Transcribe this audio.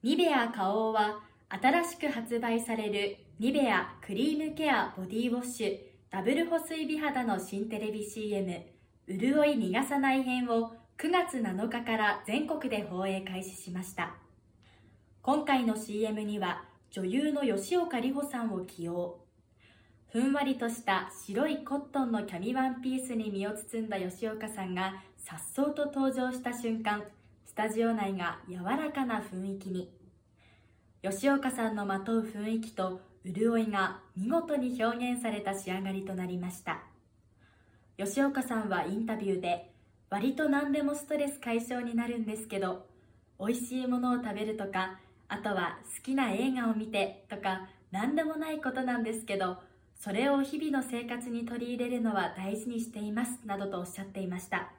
ニベア花王は新しく発売されるニベアクリームケアボディウォッシュダブル保水美肌の新テレビ CM 潤い逃がさない編を9月7日から全国で放映開始しました。今回の CM には女優の吉岡里帆さんを起用。ふんわりとした白いコットンのキャミワンピースに身を包んだ吉岡さんが颯爽と登場した瞬間、スタジオ内が柔らかな雰囲気に。吉岡さんのまとう雰囲気と潤いが見事に表現された仕上がりとなりました。吉岡さんはインタビューで、割と何でもストレス解消になるんですけど、美味しいものを食べるとか、あとは好きな映画を見てとか、何でもないことなんですけど、それを日々の生活に取り入れるのは大事にしていますなどとおっしゃっていました。